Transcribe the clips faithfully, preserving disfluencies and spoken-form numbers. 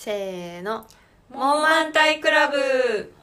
せーの、モーマンタイクラブ。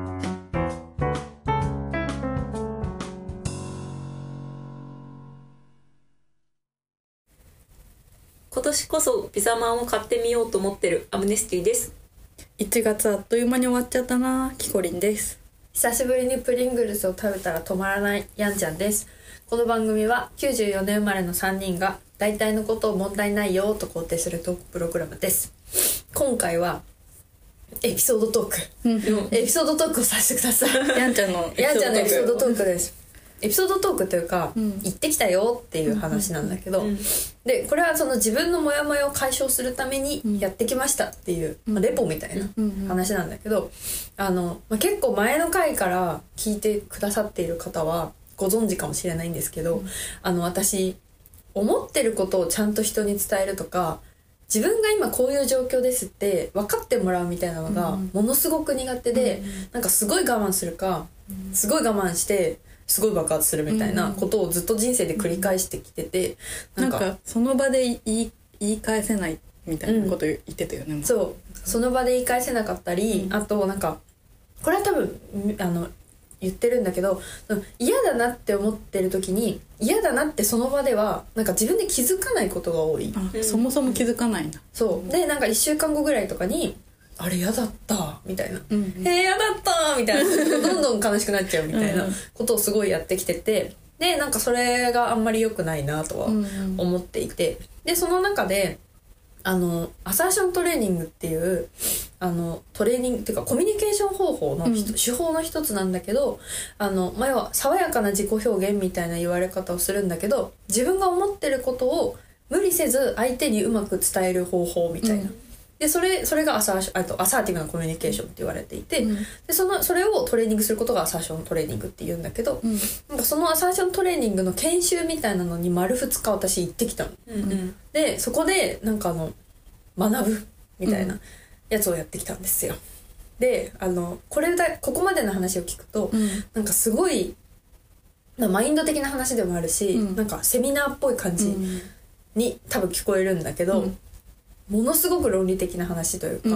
今年こそピザマンを買ってみようと思ってるアムネスティです。 いちがつあっという間に終わっちゃったな、キコリンです。 久しぶりにプリングルスを食べたら止まらないヤンちゃんです。この番組はきゅうじゅうよねん生まれのさんにんが大体のことを問題ないよと肯定するトークプログラムです。今回はエピソードトークエピソードトークをさせてください。 ヤンちゃんのヤンちゃんのエピソードトークです。エピソードトークというか、うん、行ってきたよっていう話なんだけど、うん、でこれはその自分のモヤモヤを解消するためにやってきましたっていう、うん、まあ、レポみたいな話なんだけど、あの、まあ、結構前の回から聞いてくださっている方はご存知かもしれないんですけど、うん、あの私思ってることをちゃんと人に伝えるとか、自分が今こういう状況ですって分かってもらうみたいなのがものすごく苦手で、うん、なんかすごい我慢するか、すごい我慢してすごい爆発するみたいなことをずっと人生で繰り返してきてて、 うん、なんか、なんかその場で言い、言い返せないみたいなこと言ってたよね、うん、 そうその場で言い返せなかったり、うん、あとなんかこれは多分あの言ってるんだけど、嫌だなって思ってる時に嫌だなってその場ではなんか自分で気づかないことが多い。 あ、そもそも気づかないな。 そうで、なんかいっしゅうかんごぐらいとかにあれ嫌だったみたいな、うんうん、えー、嫌だったみたいなどんどん悲しくなっちゃうみたいなことをすごいやってきてて、でなんかそれがあんまり良くないなとは思っていて、でその中であのアサーショントレーニングっていうあのトレーニングっていうかコミュニケーション方法の、うん、手法の一つなんだけど、あの前は爽やかな自己表現みたいな言われ方をするんだけど、自分が思ってることを無理せず相手にうまく伝える方法みたいな、うん、でそれそれがアサー、あとアサーティブなコミュニケーションって言われていて、うん、でそのそれをトレーニングすることがアサーショントレーニングって言うんだけど、うん、なんかそのアサーショントレーニングの研修みたいなのに丸ふつか私行ってきたの、うんうん、でそこでなんかあの学ぶみたいなやつをやってきたんですよ。であのこれだここまでの話を聞くと、うん、なんかすごいマインド的な話でもあるし、うん、なんかセミナーっぽい感じに多分聞こえるんだけど、うん、ものすごく論理的な話というか、うん、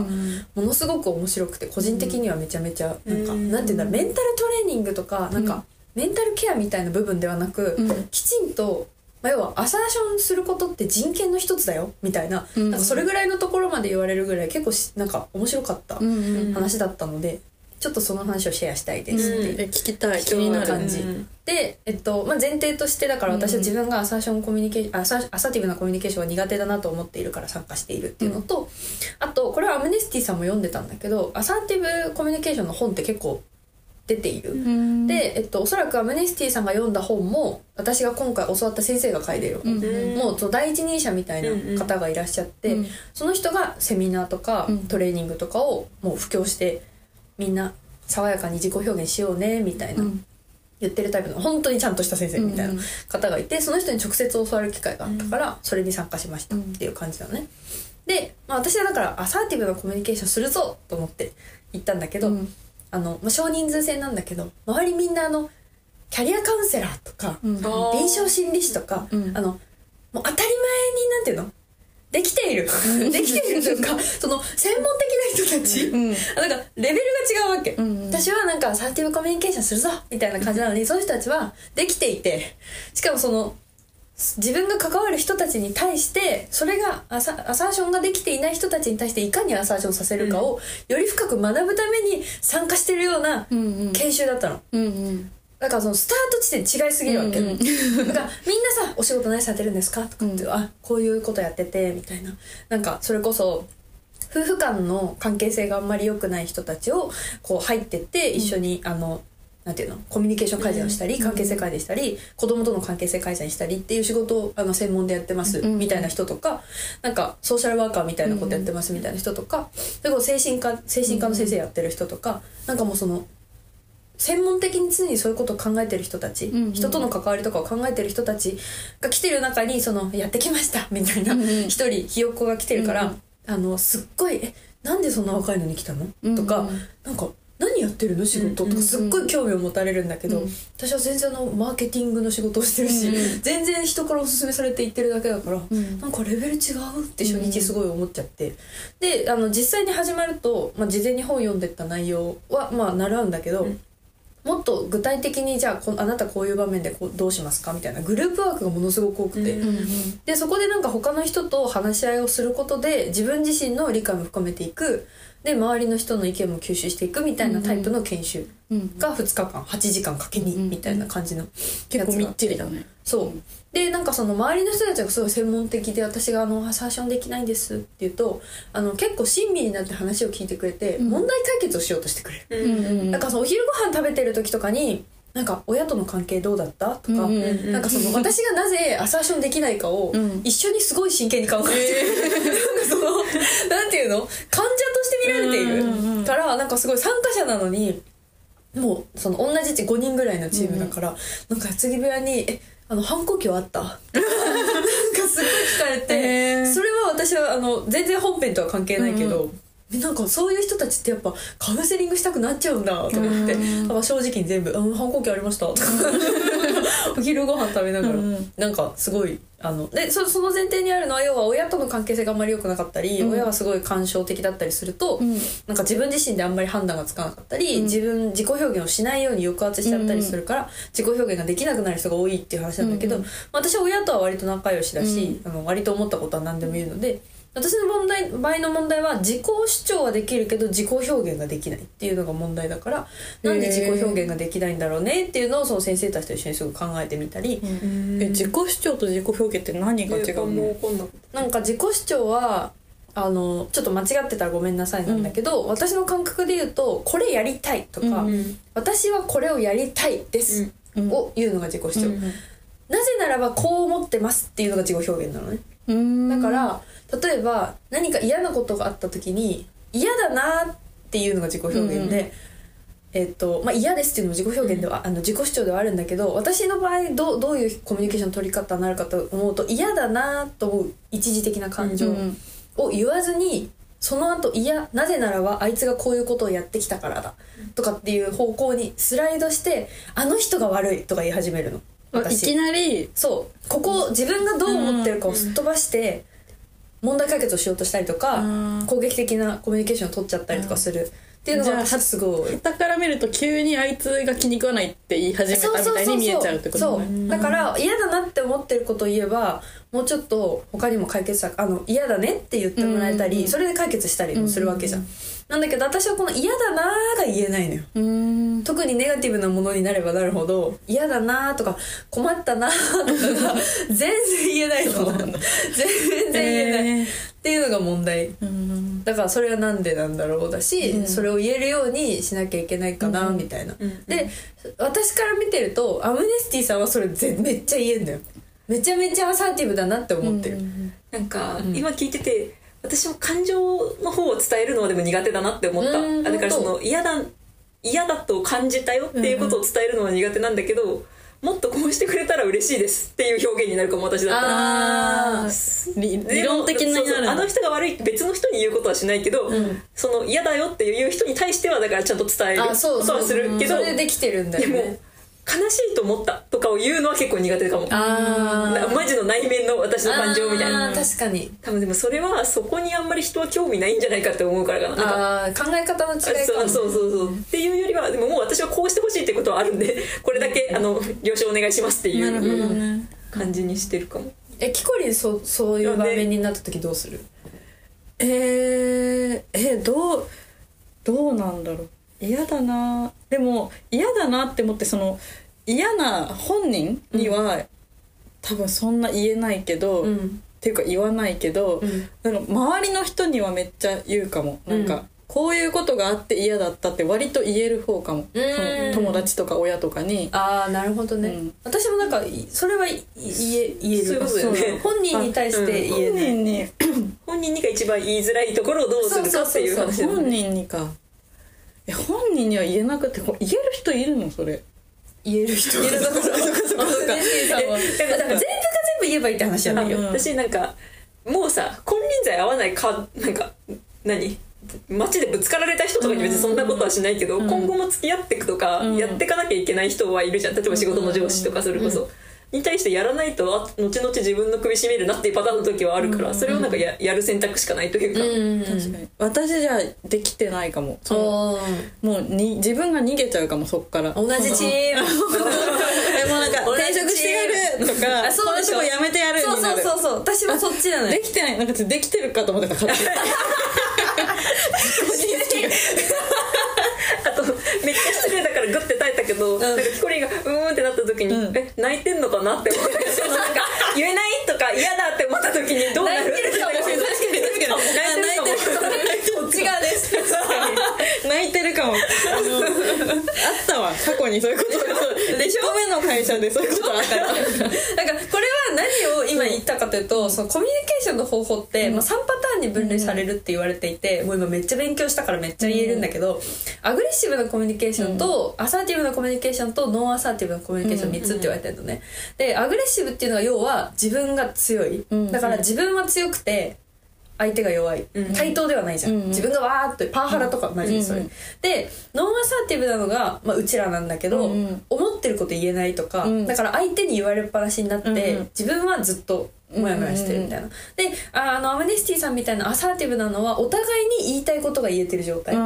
ものすごく面白くて個人的にはめちゃめちゃなんか、うん、なんていうんだろう、メンタルトレーニングとかなんか、うん、メンタルケアみたいな部分ではなく、うん、きちんとまあ、要はアサーションすることって人権の一つだよみたいな、うん、なんかそれぐらいのところまで言われるぐらい結構しなんか面白かった話だったので、うんうん、ちょっとその話をシェアしたいですって、うん、 聞きたい気になる感じ、うん、で、えっとまあ、前提としてだから私は自分がアサーションコミュニケーション、アサ、アサティブなコミュニケーションが苦手だなと思っているから参加しているっていうのと、うん、あとこれはアムネスティさんも読んでたんだけど、アサーティブコミュニケーションの本って結構出ている、うん、で、えっと、おそらくアムネスティさんが読んだ本も私が今回教わった先生が書いている本、うん、もうその第一人者みたいな方がいらっしゃって、うん、その人がセミナーとかトレーニングとかをもう布教してみんな爽やかに自己表現しようねみたいな、うん、言ってるタイプの本当にちゃんとした先生みたいな方がいて、その人に直接教わる機会があったからそれに参加しましたっていう感じなのね。で、まあ、私はだからアサーティブなコミュニケーションするぞと思って行ったんだけど、うんあのまあ、少人数制なんだけど周りみんなあのキャリアカウンセラーとか、うん、臨床心理士とか、うん、あのもう当たり前になんていうのできているできているというかその専門的な人たち、うん、なんかレベルが違うわけ、うんうん、私はなんかアサーティブコミュニケーションするぞみたいな感じなのに、その人たちはできていて、しかもその自分が関わる人たちに対してそれがアサ、アサーションができていない人たちに対していかにアサーションさせるかをより深く学ぶために参加してるような研修だったの、うんうん、だからそのスタート地点違いすぎるわけ、うんうん、だからみんなさお仕事何されてるんですかとかって、うん、あこういうことやっててみたいな、なんかそれこそ夫婦間の関係性があんまり良くない人たちをこう入ってって一緒に、うん、あのなんていうのコミュニケーション改善をしたり、うん、関係性改善したり、子供との関係性改善したりっていう仕事をあの専門でやってますみたいな人とか、うん、なんかソーシャルワーカーみたいなことやってますみたいな人とか、それこそ精神科精神科の先生やってる人とか、なんかもうその専門的に常にそういうことを考えてる人たち、うんうん、人との関わりとかを考えてる人たちが来てる中にそのやってきましたみたいな一人ひよっこが来てるから、うんうん、あのすっごいえなんでそんな若いのに来たの、うんうん、とかなんか何やってるの仕事とかすっごい興味を持たれるんだけど、うん、私は全然あのマーケティングの仕事をしてるし、うん、全然人からおすすめされて言ってるだけだから、うん、なんかレベル違うって初日すごい思っちゃって、うん、であの実際に始まると、まあ、事前に本読んでった内容はまあ習うんだけど、うん、もっと具体的にじゃあこあなたこういう場面でこうどうしますかみたいなグループワークがものすごく多くて、うんうんうん、でそこでなんか他の人と話し合いをすることで自分自身の理解も深めていく、で周りの人の意見も吸収していくみたいなタイプの研修がふつかかんはちじかんかけにみたいな感じのやつが結構みっちりだね。 そうでなんかその周りの人たちがすごい専門的で、私があのサーションできないんですって言うとあの結構親身になって話を聞いてくれて、うん、問題解決をしようとしてくれる、うんうんうん、なんかそのお昼ご飯食べてる時とかになんか親との関係どうだったとか、うんうんうん、なんかその私がなぜアサーションできないかを一緒にすごい真剣に考えてる、うん、そのなんていうの患者として見られている、うんうんうん、からなんかすごい参加者なのにもうその同じごにんぐらいのチームだから、うん、なんか矢継ぎ部屋にえあの反抗期はあったなんかすごい聞かれて、えー、それは私はあの全然本編とは関係ないけど、うん、なんかそういう人たちってやっぱカウンセリングしたくなっちゃうんだと思って、うん、正直に全部、うん、反抗期ありましたとかお昼ご飯食べながら、うん、なんかすごいあので そ, その前提にあるのは要は親との関係性があんまり良くなかったり、うん、親がすごい感傷的だったりすると、うん、なんか自分自身であんまり判断がつかなかったり、うん、自分自己表現をしないように抑圧しちゃったりするから、うん、自己表現ができなくなる人が多いっていう話なんだけど、うん、私は親とは割と仲良しだし、うん、あの割と思ったことは何でも言うので、私の問題場合の問題は自己主張はできるけど自己表現ができないっていうのが問題だから、なんで自己表現ができないんだろうねっていうのをその先生たちと一緒にすぐ考えてみたり、 え自己主張と自己表現って何が違うの？ なんか自己主張はあのちょっと間違ってたらごめんなさいなんだけど、うん、私の感覚で言うとこれやりたいとか、うん、私はこれをやりたいです、うん、を言うのが自己主張、うん、なぜならばこう思ってますっていうのが自己表現なのね。うんだから例えば何か嫌なことがあった時に嫌だなっていうのが自己表現で、うんえーとまあ、嫌ですっていうのも自己表現では、うん、あの自己主張ではあるんだけど、私の場合 ど, どういうコミュニケーションの取り方になるかと思うと、嫌だなと思う一時的な感情を言わずに、その後いやなぜならばあいつがこういうことをやってきたからだとかっていう方向にスライドして、あの人が悪いとか言い始めるの。 いきなりそうここ自分がどう思ってるかをすっ飛ばして問題解決をしようとしたりとか、攻撃的なコミュニケーションを取っちゃったりとかするっていうのが私すごい。 傍から見ると急にあいつが気に食わないって言い始めたみたいに見えちゃうってこと。 そうそうそうそうだから嫌だなって思ってることを言えばもうちょっと他にも解決策あの嫌だねって言ってもらえたり、うんうん、それで解決したりもするわけじゃん、うんうん、なんだけど私はこの嫌だなが言えないのよ。うん特にネガティブなものになればなるほど嫌だなとか困ったなとかが全然言えないの全然言えない、えー、っていうのが問題、うん、だからそれはなんでなんだろうだし、うん、それを言えるようにしなきゃいけないかな、うん、みたいな、うん、で私から見てるとアムネスティさんはそれぜめっちゃ言えんだよ。めちゃめちゃアサーティブだなって思ってる、うん、 なんか、うん、今聞いてて私も感情の方を伝えるのはでも苦手だなって思った、うん、だからその嫌だ嫌だと感じたよっていうことを伝えるのは苦手なんだけど、うんうん、もっとこうしてくれたら嬉しいですっていう表現になるかも私だったら。 あ理, 理論的になるそうそうあの人が悪いって別の人に言うことはしないけど、うん、その嫌だよっていう人に対してはだからちゃんと伝えることはするけど、 それでできてるんだよね。でも悲しいと思ったとかを言うのは結構苦手かも。あマジの内面の私の感情みたいな。 あ確かに多分でもそれはそこにあんまり人は興味ないんじゃないかって思うからかな。 なんかあ考え方の違いかも、ね、 そうそうそうそうっていうよりはでももう私はこうしてほしいってことはあるんでこれだけあの了承お願いしますっていう感じにしてるかも。 えキコリン そ, そういう場面になった時どうする？ えー、えどうどうなんだろう。嫌だなでも嫌だなって思ってその嫌な本人には、うん、多分そんな言えないけど、うん、っていうか言わないけど、うん、なんか周りの人にはめっちゃ言うかも、うん、なんかこういうことがあって嫌だったって割と言える方かも、うん、その友達とか親とかに。 ああなるほどね、うん、私もなんかそれは言え言える。 そういうことだよね。 本人に対して言えない、 うん、本人に本人にが一番言いづらいところをどうするかっていう話だよね。 本人にかえ本人には言えなくて言える人いるのそれ言える人言える人全部が全部言えばいいって話じゃないよ、 うん、私なんかもうさ金輪際合わないかなんか何街でぶつかられた人とかに別にそんなことはしないけど、うん、今後も付き合っていくとか、うん、やっていかなきゃいけない人はいるじゃん。例えば仕事の上司とかそれこそ、うんに対してやらないと後々自分の首絞めるなっていうパターンの時はあるから、うん、それをなんか や, やる選択しかないというか、 うん、確かに私じゃできてないかも。もうに自分が逃げちゃうかもそっから。 同じチームでもなんか転職してやるとかこのとこやめてやるになる。そうそうそうそう私もそっちなのよ。 できてないなんかできてるかと思ってた勝手にあとめっちゃ失礼だからグッて耐えたけど、うん、なんかキコリンがうーんってなった時に、うん、え泣いてんのかなって思ってそのなんか言えないとか嫌だって思った時にどうなる。 泣いてるかも。確かに確かに泣いてるかも。こっち側です。 泣いてるかも。あのあったわ過去にそういうことがでしょ。目の会社でそういうことあったらなんかこれは何を今言ったかというと、うん、そのコミュニケーションの方法って、うんまあ、さんパターンに分類されるって言われていて、うん、もう今めっちゃ勉強したからめっちゃ言えるんだけど、うん、アグレッシブなコミュニケーションと、うん、アサーティブなコミュニケーションとノンアサーティブなコミュニケーションみっつって言われてるのね。でアグレッシブっていうのは要は自分が強い、うん、だから自分は強くて相手が弱い、うん、対等ではないじゃん、うん、自分がわーっとパワハラとかマジでそれ、うん、でノンアサーティブなのが、まあ、うちらなんだけど、うん、思ってること言えないとか、うん、だから相手に言われっぱなしになって、うん、自分はずっとモヤモヤしてるみたいな、うん、で あ, あのアムネスティさんみたいなアサーティブなのはお互いに言いたいことが言えてる状態、うん、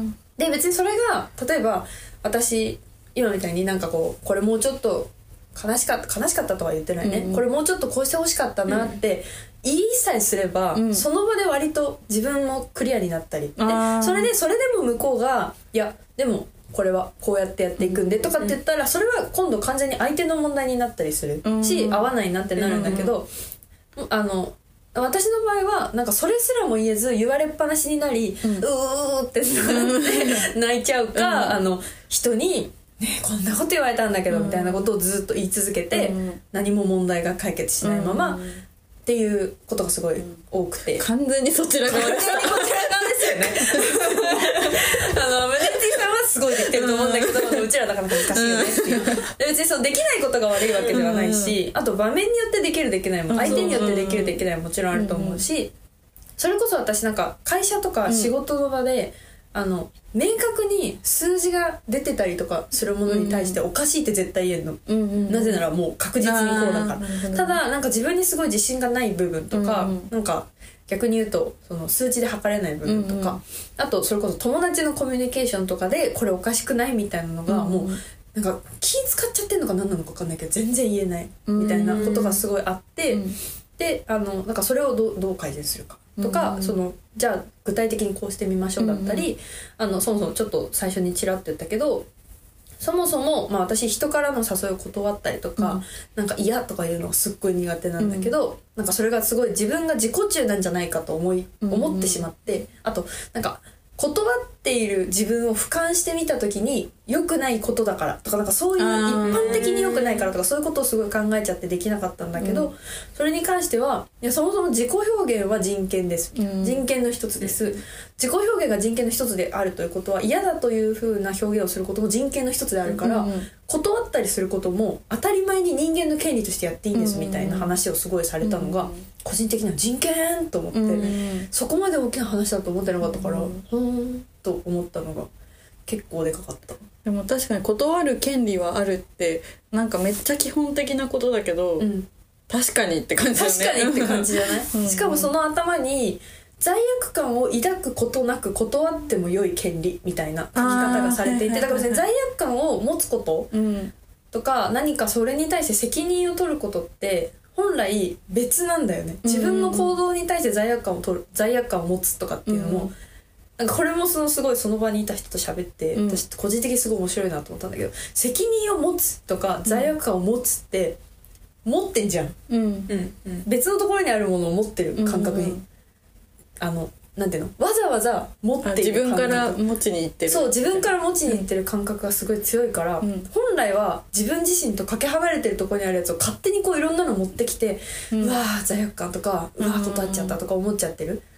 で別にそれが例えば私今みたいになんかこうこれもうちょっと悲しかった悲しかったとは言ってないね、うん、これもうちょっとこうしてほしかったなって言いさえすれば、うん、その場で割と自分もクリアになったり、でそれでそれでも向こうがいやでもこれはこうやってやっていくんでとかって言ったら、それは今度完全に相手の問題になったりするし、うん、合わないなってなるんだけど、うん、あの私の場合はなんかそれすらも言えず言われっぱなしになり、うん、うーって泣いちゃうか、うん、あの人にねえこんなこと言われたんだけどみたいなことをずっと言い続けて、うん、何も問題が解決しないまま、うん、っていうことがすごい多くて、 完全にそちら側完全にこちら側ですよねあのムネッティさんはすごいできてると思うんだけど、うん、うちらだから難しいよねっていうで別にそうできないことが悪いわけではないし、あと場面によってできるできないも相手によってできるできないももちろんあると思うし、それこそ私なんか会社とか仕事の場で、あの明確に数字が出てたりとかするものに対しておかしいって絶対言えるの、うんうん、なぜならもう確実にこうだから、ただなんか自分にすごい自信がない部分とか、うんうん、なんか逆に言うとその数値で測れない部分とか、うんうん、あとそれこそ友達のコミュニケーションとかでこれおかしくないみたいなのがもうなんか気使っちゃってんのか何なのか分かんないけど全然言えないみたいなことがすごいあって、うんうん、であのなんかそれを ど, どう改善するかとか、うん、そのじゃあ具体的にこうしてみましょうだったり、うん、あのそもそもちょっと最初にチラッと言ったけどそもそも、まあ、私人からの誘いを断ったりとか、うん、なんか嫌とか言うのがすっごい苦手なんだけど、うん、なんかそれがすごい自分が自己中なんじゃないかと思い、思ってしまって、うん、あとなんか断っている自分を俯瞰してみた時に良くないことだからとかなんかそういう一般的に良くないからとかそういうことをすごい考えちゃってできなかったんだけど、うん、それに関してはいやそもそも自己表現は人権です、うん、人権の一つです、自己表現が人権の一つであるということは嫌だという風な表現をすることも人権の一つであるから、うん、断ったりすることも当たり前に人間の権利としてやっていいんですみたいな話をすごいされたのが、うん、個人的には人権と思って、うん、そこまで大きな話だと思ってなかったから、うん、ふーんと思ったのが結構でかかった。 でも確かに断る権利はあるってなんかめっちゃ基本的なことだけど、うん、確かにって感じだよね。 確かにって感じじゃない、うん、しかもその頭に罪悪感を抱くことなく断っても良い権利みたいな書き方がされていて、だから別に罪悪感を持つこととか、うん、何かそれに対して責任を取ることって本来別なんだよね。自分の行動に対して罪悪感を取る、罪悪感を持つとかっていうのも、うん、なんかこれもそのすごいその場にいた人と喋って、うん、私個人的にすごい面白いなと思ったんだけど、責任を持つとか罪悪感を持つって持ってんじゃん、うんうんうん、別のところにあるものを持ってる感覚に、うんうん、あのなんていうのわざわざ持っている感覚、 自分から持ちに行ってる、 そう自分から持ちに行ってる感覚がすごい強いから、うん、本来は自分自身とかけ離れてるところにあるやつを勝手にこういろんなの持ってきて、うん、うわー罪悪感とか、うん、うわー断っちゃったとか思っちゃってる。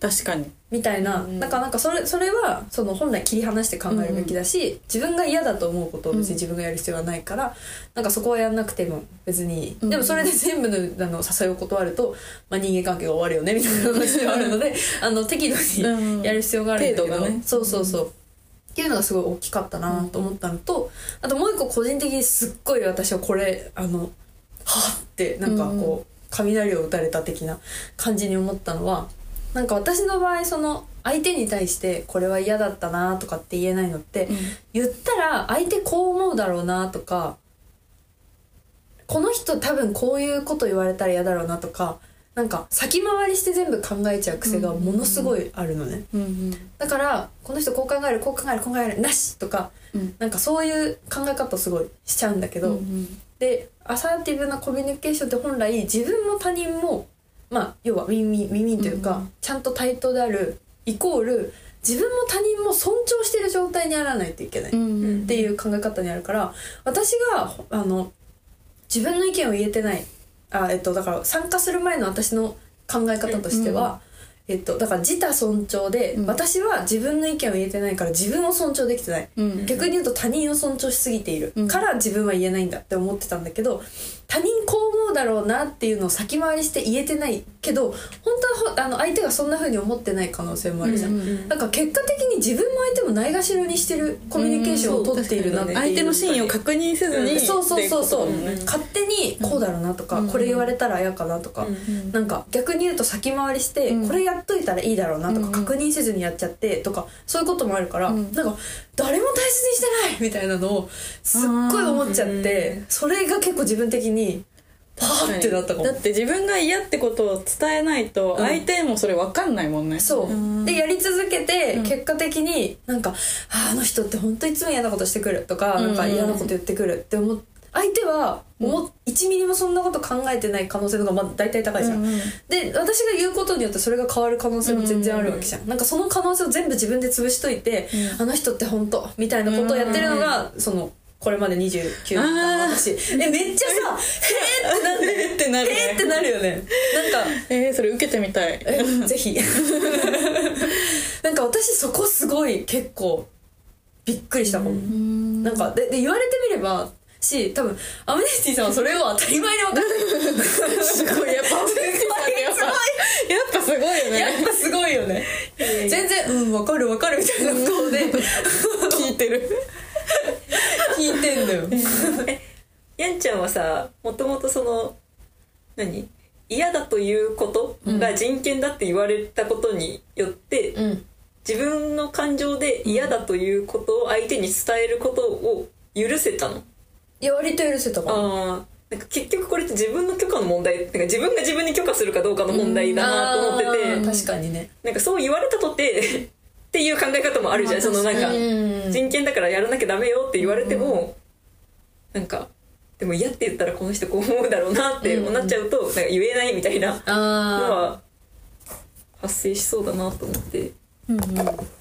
確かにみたいな、 うん、 なんかなんかそれそれはその本来切り離して考えるべきだし、うん、自分が嫌だと思うことを別に自分がやる必要はないから、うん、なんかそこはやんなくても別に、うん、でもそれで全部のあの誘いを断ると、まあ、人間関係が終わるよねみたいな話ではあるのであの適度にやる必要があるんだけど、うん、程度がね、そうそうそう、うん、っていうのがすごい大きかったなと思ったのと、あともう一個個人的にすっごい私はこれあのはっってなんかこう雷を打たれた的な感じに思ったのは、なんか私の場合その相手に対してこれは嫌だったなとかって言えないのって、うん、言ったら相手こう思うだろうなとか、この人多分こういうこと言われたら嫌だろうなとか、なんか先回りして全部考えちゃう癖がものすごいあるのね、うんうん、だからこの人こう考えるこう考えるこう考えるなしとか、うん、なんかそういう考え方すごいしちゃうんだけど、うんうん、でアサーティブなコミュニケーションって本来自分も他人もまあ要はウィンウィンウィンウィンというか、うんうん、ちゃんと対等であるイコール自分も他人も尊重してる状態にあらないといけないっていう考え方にあるから、私があの自分の意見を言えてない、あ、えっと、だから参加する前の私の考え方としては、うん、えっと、だから自他尊重で、うん、私は自分の意見を言えてないから自分を尊重できてない、うん、逆に言うと他人を尊重しすぎているから自分は言えないんだって思ってたんだけど、他人こう思うだろうなっていうのを先回りして言えてないけど、本当はあの相手がそんな風に思ってない可能性もあるじゃん、うんうん、なんか結果的に自分も相手もないがしろにしてるコミュニケーションを取っているなっていう、 相手の真意を確認せずに、 うん、そうそうそうそう、うん、勝手にこうだろうなとか、うん、これ言われたら嫌かなとか、うん、なんか逆に言うと先回りして、うん、これやっといたらいいだろうなとか、うん、確認せずにやっちゃってとか、そういうこともあるから、うん、なんか誰も大切にしてないみたいなのをすっごい思っちゃって、それが結構自分的にパーってなったかも。 だって自分が嫌ってことを伝えないと相手もそれ分かんないもんね、 うん、そうでやり続けて結果的になんか、うん、あ, あの人って本当いつも嫌なことしてくるとか、うん、なんか嫌なこと言ってくるって思って、相手はもういちミリもそんなこと考えてない可能性の方がまあ大体高いじゃん、うんうん、で私が言うことによってそれが変わる可能性も全然あるわけじゃん、うんうん、なんかその可能性を全部自分で潰しといて、うん、あの人って本当みたいなことをやってるのが、うんうん、そのこれまでにじゅうきゅうねんの私えめっちゃさへーってなんでへーってなる、ね、 へーってなるよね。なんかえー、それ受けてみたいぜひなんか私そこすごい結構びっくりしたかも。なんか で, で言われてみればし、多分アムネスティさんはそれを当たり前に分かってるすごいやっぱアムネスティさんやっぱやっぱすごいよね。やっぱすごいよね。全然うん分かる分かるみたいな顔で聞いてる聞いてんだよえやんちゃんはさ、もともとその何嫌だということが人権だって言われたことによって、うん、自分の感情で嫌だということを相手に伝えることを許せたの？ いや割と許せたかも。 あなんか結局これって自分の許可の問題、なんか自分が自分に許可するかどうかの問題だなと思ってて、 うん確かにね、 なんかそう言われたとてっていう考え方もあるじゃん、そのなんか人権だからやらなきゃダメよって言われても、うん、なんかでも嫌って言ったらこの人こう思うだろうなってなっちゃうと、なんか言えないみたいなのは発生しそうだなと思って、うんうん、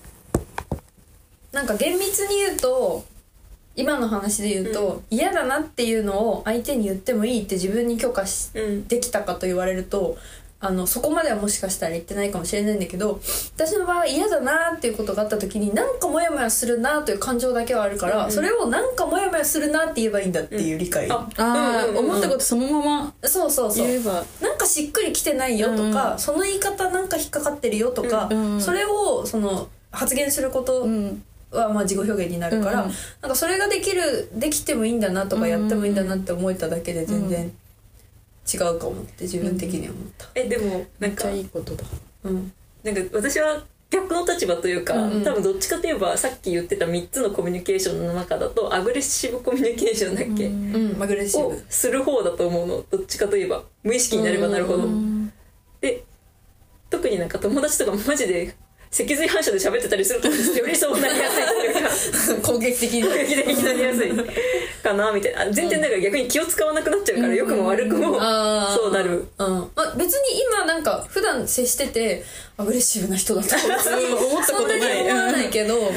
なんか厳密に言うと今の話で言うと、うん、嫌だなっていうのを相手に言ってもいいって自分に許可し、うん、できたかと言われるとあのそこまではもしかしたら言ってないかもしれないんだけど、私の場合嫌だなっていうことがあった時になんかモヤモヤするなという感情だけはあるから、うん、それをなんかモヤモヤするなって言えばいいんだっていう理解、うん、 ああ、うんうんうん、思ったことそのままそうそうそう言えばなんかしっくりきてないよとか、うん、その言い方なんか引っかかってるよとか、うんうん、それをその発言することはまあ自己表現になるから、うんうん、なんかそれができるできてもいいんだなとかやってもいいんだなって思えただけで全然、うん違うかもって自分的には思った、 うん、えでもなんかめっちゃいいことだ、 うん、なんか私は逆の立場というか、うん、多分どっちかといえばさっき言ってたみっつのコミュニケーションの中だとアグレッシブコミュニケーションだっけ、 うん、アグレッシブをする方だと思うの、どっちかといえば無意識になればなるほど、うん、で特になんか友達とかマジで脊髄反射で喋ってたりするとよりそうなりやすいというか攻撃的に攻撃的になりやすいかなみたいな。全然だから逆に気を使わなくなっちゃうから、うん、良くも悪くもそうなる、 うんまあ、別に今なんか普段接しててアグレッシブな人だと思ったことないそんなに思わないけど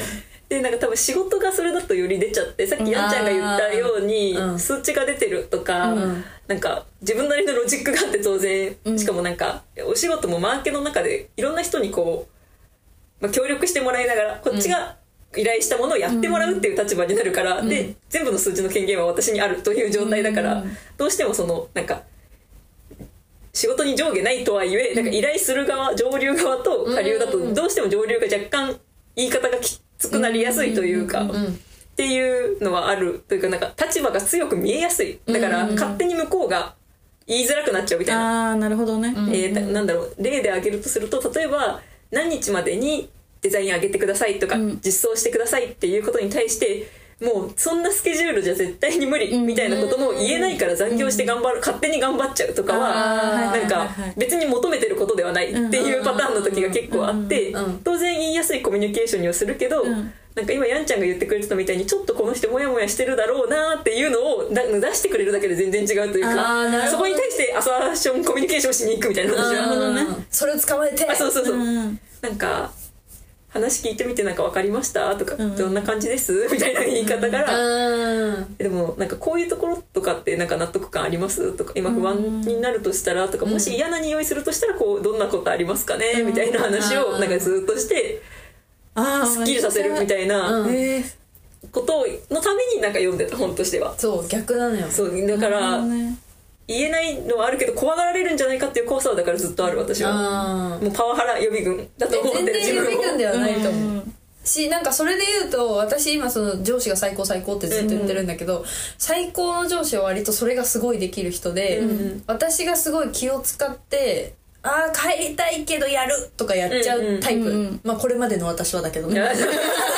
でなんか多分仕事がそれだとより出ちゃって、さっきやんちゃんが言ったように、うん、数値が出てるとか、うん、なんか自分なりのロジックがあって当然、うん、しかもなんかお仕事もマーケの中でいろんな人にこう、まあ、協力してもらいながらこっちが依頼したものをやってもらうっていう立場になるから、うん、で全部の数値の権限は私にあるという状態だから、うん、どうしてもそのなんか仕事に上下ないとはいえ、なんか依頼する側、上流側と下流だとどうしても上流が若干言い方がきつくなりやすいというか、っていうのはあるというか、なんか立場が強く見えやすい。だから勝手に向こうが言いづらくなっちゃうみたいな。 あー、なるほどね。 えー、なんだろう、例で挙げるとすると、例えば何日までにデザイン上げてくださいとか、実装してくださいっていうことに対して、もうそんなスケジュールじゃ絶対に無理みたいなことも言えないから残業して頑張る、勝手に頑張っちゃうとかはなんか別に求めてることではないっていうパターンの時が結構あって、当然言いやすいコミュニケーションにはするけど、なんか今やんちゃんが言ってくれてたみたいにちょっとこの人モヤモヤしてるだろうなっていうのを出してくれるだけで全然違うというか、そこに対してアサーションコミュニケーションしに行くみたいな話は、 それを捕まえて、 あ、そうそうそう、なんか話聞いてみてなんか分かりましたとか、うん、どんな感じですみたいな言い方から、うん、でもなんかこういうところとかってなんか納得感ありますとか、今不安になるとしたらとか、もし嫌な匂いするとしたらこうどんなことありますかねみたいな話をなんかずっとしてすっきりさせるみたいなことのためになんか読んでた本としては。 そう逆なのよ。 そうだから言えないのはあるけど怖がられるんじゃないかっていう怖さはだからずっとある。私はもうパワハラ予備軍だと思ってる。 全然予備軍ではないと思う、うん、しなんかそれで言うと私今その上司が最高最高ってずっと言ってるんだけど、うん、最高の上司は割とそれがすごいできる人で、うん、私がすごい気を使ってあー帰りたいけどやるとかやっちゃうタイプ、うんうん、まあこれまでの私はだけどね。あんまやっちゃう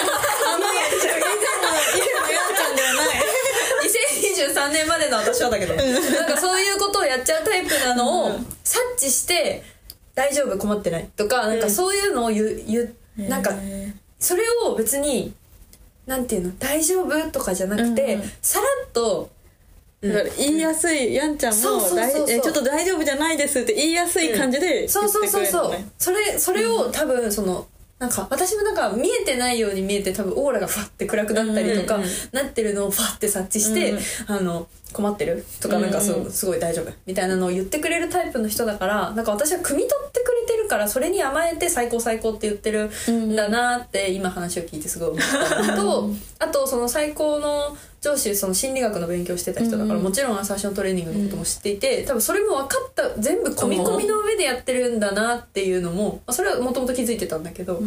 にせんにじゅうさんねんまでの私はだけどなんかそういうことをやっちゃうタイプなのを察知して大丈夫困ってないとか、なんかそういうのを言う、言うなんかそれを別になんていうの大丈夫とかじゃなくて、うんうん、さらっとだから言いやすい、うん、やんちゃんもそうそうそうそうえちょっと大丈夫じゃないですって言いやすい感じで言ってくれるのね、 そうそうそうそうそれそれを多分そのなんか私もなんか見えてないように見えて多分オーラがファッて暗くなったりとか、うんうん、なってるのをファッて察知して、うん、あの困ってるとかなんかそう、うんうん、すごい大丈夫みたいなのを言ってくれるタイプの人だから、なんか私は汲み取ってくれてるからそれに甘えて最高最高って言ってるんだなって今話を聞いてすごい思ったのと、うん、あとその最高の上司その心理学の勉強してた人だから、うん、もちろんアサーショントレーニングのことも知っていて、多分それも分かった全部込み込みの上でやってるんだなっていうのも、それはもともと気づいてたんだけど、うん、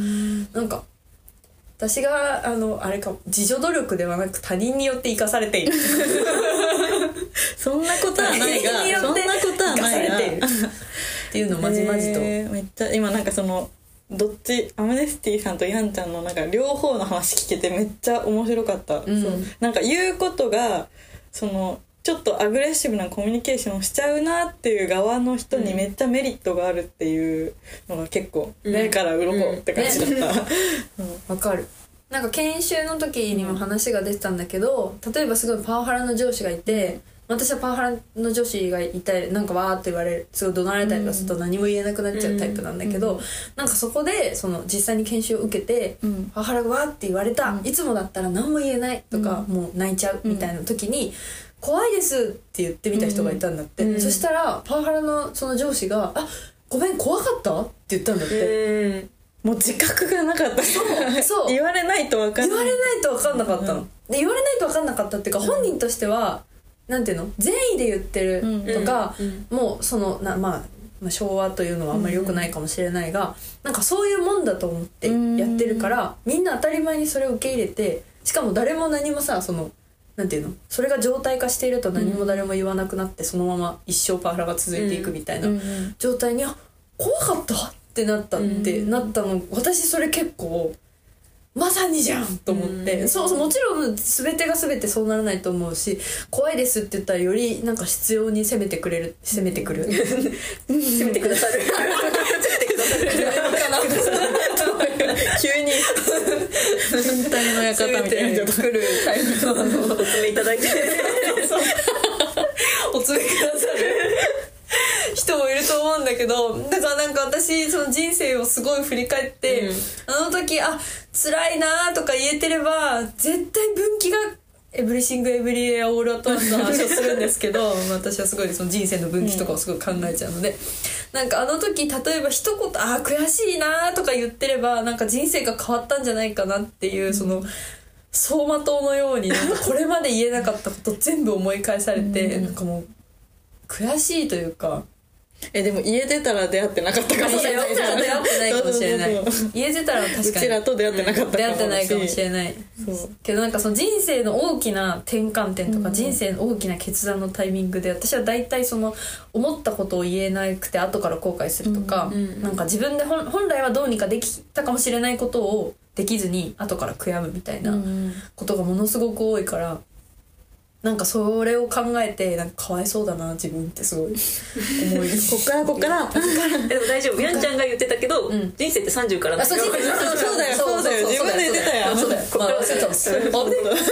なんか私があのあれか自助努力ではなく他人によって生かされているそんなことはないがそんなことはないがっていうのをまじまじと、 えー、めっちゃ今なんかそのどっちアムネスティさんとヤンちゃんのなんか両方の話聞けてめっちゃ面白かった、うん、そうなんか言うことがそのちょっとアグレッシブなコミュニケーションをしちゃうなっていう側の人にめっちゃメリットがあるっていうのが結構目から鱗って感じだった。わ、 うんうん、かる。なんか研修の時にも話が出てたんだけど、例えばすごいパワハラの上司がいて、私はパワハラの女子がいてなんかわーって言われるすごい怒鳴られたりとかすると何も言えなくなっちゃうタイプなんだけど、うん、なんかそこでその実際に研修を受けて、うん、パワハラがわーって言われた、うん、いつもだったら何も言えないとか、うん、もう泣いちゃうみたいな時に、怖いですって言ってみた人がいたんだって、うん、そしたらパワハラのその上司があごめん怖かったって言ったんだって、 もう自覚がなかった。 そうそう言われないと分かんない言われないと分かんなかったの、うん、で言われないと分かんなかったっていうか、うん、本人としてはなんていうの善意で言ってるとか、うんうん、もうそのな、まあ、まあ昭和というのはあんまり良くないかもしれないが、うん、なんかそういうもんだと思ってやってるから、みんな当たり前にそれを受け入れて、しかも誰も何もさそのなんていうのそれが常態化していると何も誰も言わなくなって、そのまま一生パワハラが続いていくみたいな状態に、あ怖かったってなったってなったの、私それ結構まさにじゃんと思って、そうそうもちろん全てが全てそうならないと思うし、怖いですって言ったらよりなんか必要に責めてくれる責めてくる責めてくださる責めてくださる急に変態の館みたいな作るタイプのお詰めいただいてお詰めくださる人もいると思うんだけど、だからなんか私その人生をすごい振り返って、うん、あの時あ辛いなとか言えてれば絶対分岐がエブリシングエブリエアオールアットワンスの話をするんですけど私はすごいその人生の分岐とかをすごい考えちゃうので、うん、なんかあの時例えば一言あー悔しいなとか言ってればなんか人生が変わったんじゃないかなっていう、うん、その走馬灯のようになんかこれまで言えなかったこと全部思い返されて、うん、なんかもう悔しいというかえでも家出たら出会ってなかったかもしれない。 出会ってないかもしれない。家出たら確かにうちらと出会ってなかったかもしれない。 出会ってないかもしれない。そうけどなんかその人生の大きな転換点とか、うん、人生の大きな決断のタイミングで私は大体その思ったことを言えなくて後から後悔するとか、うん、なんか自分で本本来はどうにかできたかもしれないことをできずに後から悔やむみたいなことがものすごく多いから。なんかそれを考えてなんかかわいそうだな自分ってすごい思いこっからこっからこっからでも大丈夫やんちゃんが言ってたけど、うん、人生ってさんじゅうからだ。あそうそうそうそうだよそうだよ自分で言ってたよ。そうだよこっから忘れたんです。あれこっ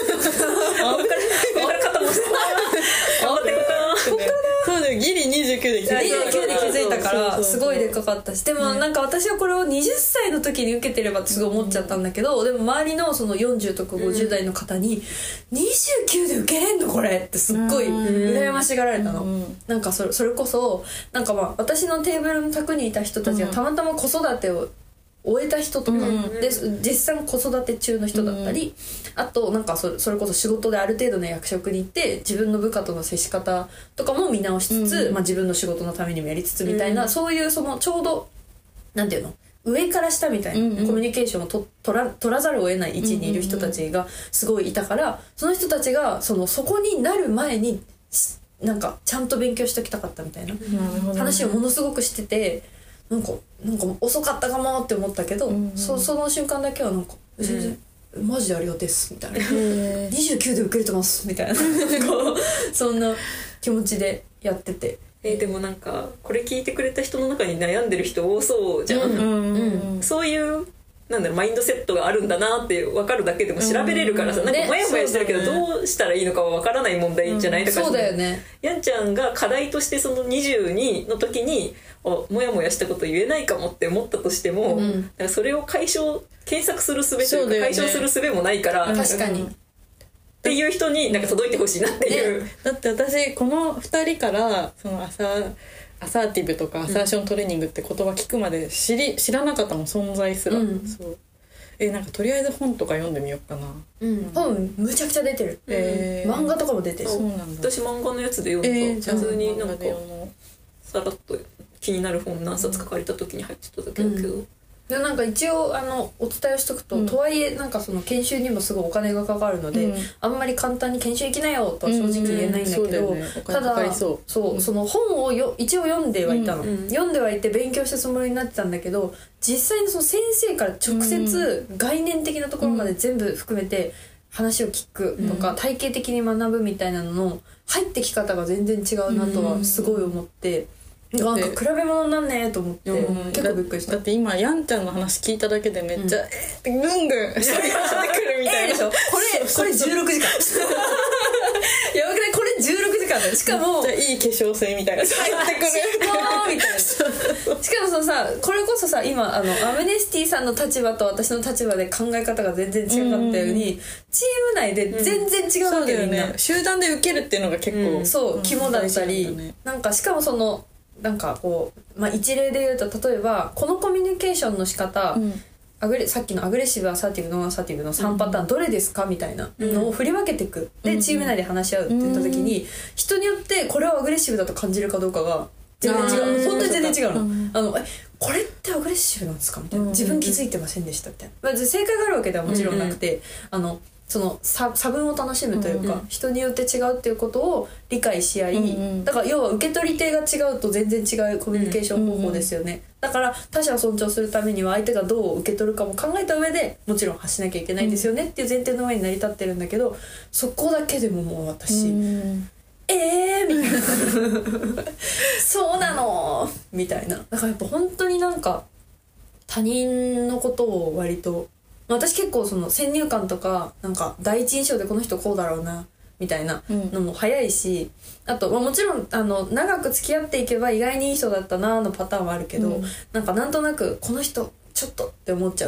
から肩もして頑張ってこっからそうだよギリにじゅうきゅうで気づいたにじゅうきゅうで気づいたからすごいでかかったしでもなんか私はこれをはたちの時に受けてればってすごい思っちゃったんだけどでも周りのそのよんじゅうとかごじゅう代の方ににじゅうきゅうで受けれんのこれってすっごい羨ましがられたの。なんかそれ、それこそなんかまあ私のテーブルの卓にいた人たちがたまたま子育てを終えた人とか、うん、で実際子育て中の人だったり、うん、あとなんかそれ、それこそ仕事である程度の役職に行って自分の部下との接し方とかも見直しつつ、うんまあ、自分の仕事のためにもやりつつみたいな、うん、そういうそのちょうどなんていうの上から下みたいな、うんうん、コミュニケーションをと取ら、取らざるを得ない位置にいる人たちがすごいいたから、その人たちがそのそこになる前になんかちゃんと勉強しておきたかったみたいな話をものすごくしててなんかなんか遅かったかもって思ったけど、うんうん、そ, その瞬間だけはなんか全然、うん、マジでありがてっすみたいなにじゅうきゅうで受けれてますみたいなそんな気持ちでやっててえー、でもなんかこれ聞いてくれた人の中に悩んでる人多そうじゃん、うんうん、そういうなんだろうマインドセットがあるんだなって分かるだけでも調べれるからさ、うん、なんかモヤモヤしてるけどどうしたらいいのかは分からない問題じゃない、うん、だからそうだよねやんちゃんが課題としてそのにじゅうにの時にモヤモヤしたこと言えないかもって思ったとしても、うん、だからそれを解消検索する術というか解消する術もないから、 ね、確かにっていう人になんか届いてほしいなっていう、 ね、だって私このふたりからそのアサアサーティブとかアサーショントレーニングって言葉聞くまで知り知らなかったもん存在すら、うん、そうえなんかとりあえず本とか読んでみようかな、 うん、本むちゃくちゃ出てる、えー、漫画とかも出てるそうなんだ私漫画のやつで読んだ、えー、普通になんかさらっと気になる本何冊か借りた時に入ってただけだけど、うんでなんか一応あのお伝えをしとくと、うん、とはいえなんかその研修にもすごいお金がかかるので、うん、あんまり簡単に研修行きなよとは正直言えないんだけど、うんね、ただそうそう、うん、その本をよ一応読んではいたの、うん、読んではいて勉強したつもりになってたんだけど実際にその先生から直接概念的なところまで全部含めて話を聞くとか、体系的に学ぶみたいなのの入ってき方が全然違うなとはすごい思って。なんか比べ物になんねえと思って、うん、結構びっくりした。 だって今やんちゃんの話聞いただけでめっちゃ、うん、えー、ってぐんぐんしてくるみたいな、 えー、でしょこれこれじゅうろくじかんやばくないこれじゅうろくじかんだよしかもめっちゃいい化粧水みたいな入ってくるみたいなしかもそのさこれこそさ今あのアムネスティさんの立場と私の立場で考え方が全然違かったように、うん、チーム内で全然違うわけ、うん、みんな、ね、 集団で受けるっていうのが結構、 うん、そう肝だったり、ね、なんかしかもそのなんかこう、まあ、一例で言うと例えばこのコミュニケーションの仕方、うん、アグレさっきのアグレッシブアサーティブノンアサーティブのさんパターンどれですかみたいなのを振り分けていく、うん、でチーム内で話し合うって言った時に、うん、人によってこれをアグレッシブだと感じるかどうかが全然違う本当に全然違うの、うん、あのえこれってアグレッシブなんですかみたいな自分気づいてませんでしたみたいな、まあ、正解があるわけではもちろんなくて、うん、あのその 差, 差分を楽しむというか、うんうん、人によって違うっていうことを理解し合い、うんうん、だから要は受け取り手が違うと全然違うコミュニケーション方法ですよね、うんうんうん、だから他者を尊重するためには相手がどう受け取るかも考えた上でもちろん発しなきゃいけないですよねっていう前提の上に成り立ってるんだけどそこだけでももう私、うん、えーみたいなそうなのみたいなだからやっぱ本当になんか他人のことを割と私結構その先入観とかなんか第一印象でこの人こうだろうなみたいなのも早いし、うん、あと、まあ、もちろんあの長く付き合っていけば意外にいい人だったなのパターンはあるけど、うん、なんかなんとなくこの人ちょっとって思っちゃうともう